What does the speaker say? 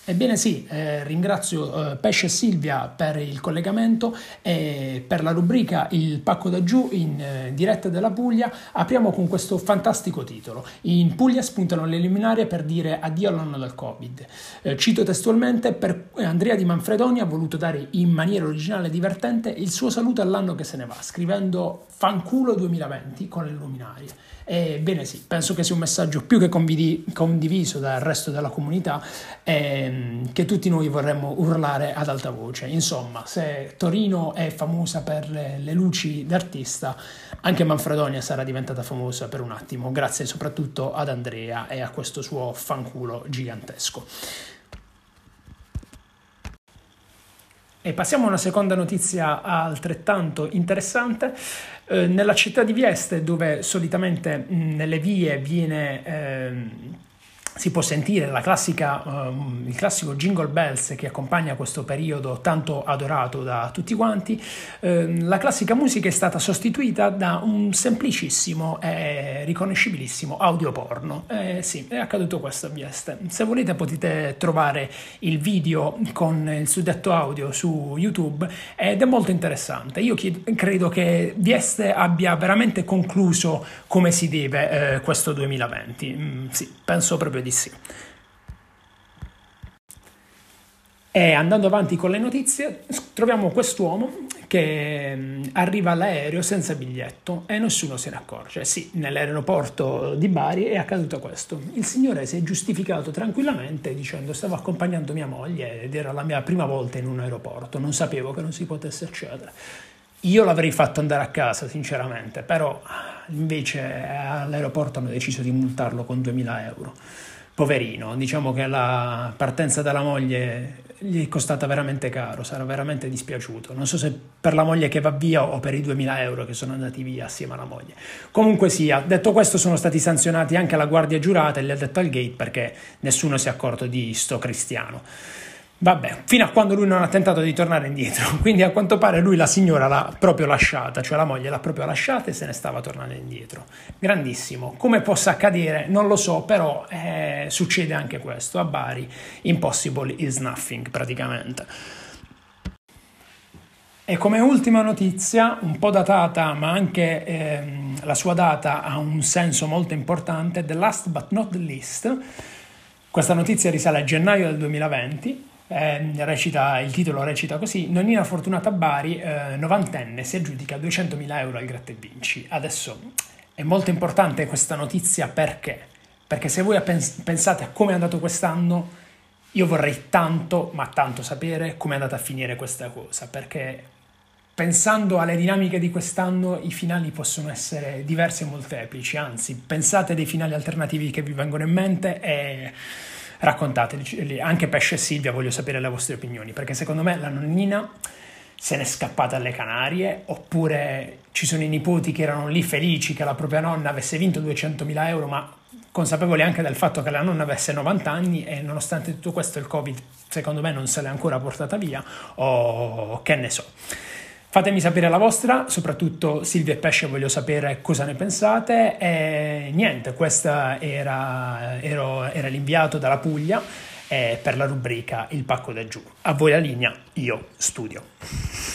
Ebbene sì, ringrazio Pesce e Silvia per il collegamento e per la rubrica Il pacco da giù in diretta della Puglia. Apriamo con questo fantastico titolo. In Puglia spuntano le luminarie per dire addio all'anno del Covid. Cito testualmente, per Andrea Di Manfredoni ha voluto dare in maniera originale e divertente il suo saluto all'anno che se ne va, scrivendo fanculo 2020 con le luminarie. Ebbene sì, penso che sia un messaggio più che condiviso dal resto della comunità, che tutti noi vorremmo urlare ad alta voce. Insomma, se Torino è famosa per le luci d'artista, anche Manfredonia sarà diventata famosa per un attimo, grazie soprattutto ad Andrea e a questo suo fanculo gigantesco. E passiamo a una seconda notizia altrettanto interessante. Nella città di Vieste, dove solitamente nelle vie si può sentire il classico Jingle Bells che accompagna questo periodo tanto adorato da tutti quanti, la classica musica è stata sostituita da un semplicissimo e riconoscibilissimo audioporno. Sì, è accaduto questo a Vieste. Se volete potete trovare il video con il suddetto audio su YouTube ed è molto interessante. Io credo che Vieste abbia veramente concluso come si deve questo 2020. Sì, penso proprio di sì. E andando avanti con le notizie, troviamo quest'uomo che arriva all'aereo senza biglietto e nessuno se ne accorge. Sì, nell'aeroporto di Bari è accaduto questo. Il signore si è giustificato tranquillamente dicendo: stavo accompagnando mia moglie ed era la mia prima volta in un aeroporto, non sapevo che non si potesse accedere. Io l'avrei fatto andare a casa, sinceramente, però invece all'aeroporto hanno deciso di multarlo con 2.000 euro. Poverino, diciamo che la partenza della moglie gli è costata veramente caro, sarà veramente dispiaciuto. Non so se per la moglie che va via o per i 2.000 euro che sono andati via assieme alla moglie. Comunque sia, detto questo, sono stati sanzionati anche la guardia giurata e gli addetti al gate perché nessuno si è accorto di sto cristiano. Vabbè, fino a quando lui non ha tentato di tornare indietro, quindi a quanto pare lui la signora l'ha proprio lasciata, cioè la moglie l'ha proprio lasciata e se ne stava tornando indietro. Grandissimo, come possa accadere non lo so, però succede anche questo, a Bari impossible is nothing praticamente. E come ultima notizia, un po' datata, ma anche la sua data ha un senso molto importante, the last but not the least. Questa notizia risale a gennaio del 2020. Il titolo recita così: Nonnina Fortunata Bari, novantenne, si aggiudica 200.000 euro al Gratta e Vinci. Adesso è molto importante questa notizia perché se voi pensate a come è andato quest'anno, io vorrei tanto, ma tanto sapere come è andata a finire questa cosa, perché pensando alle dinamiche di quest'anno i finali possono essere diversi e molteplici, anzi pensate dei finali alternativi che vi vengono in mente e raccontateli. Anche Pesce e Silvia voglio sapere le vostre opinioni, perché secondo me la nonnina se n'è scappata alle Canarie, oppure ci sono i nipoti che erano lì felici che la propria nonna avesse vinto 200.000 euro, ma consapevoli anche del fatto che la nonna avesse 90 anni e nonostante tutto questo il Covid secondo me non se l'è ancora portata via, o che ne so. Fatemi sapere la vostra, soprattutto Silvia e Pesce voglio sapere cosa ne pensate. E niente, questo era l'inviato dalla Puglia per la rubrica Il pacco da giù. A voi la linea, io studio.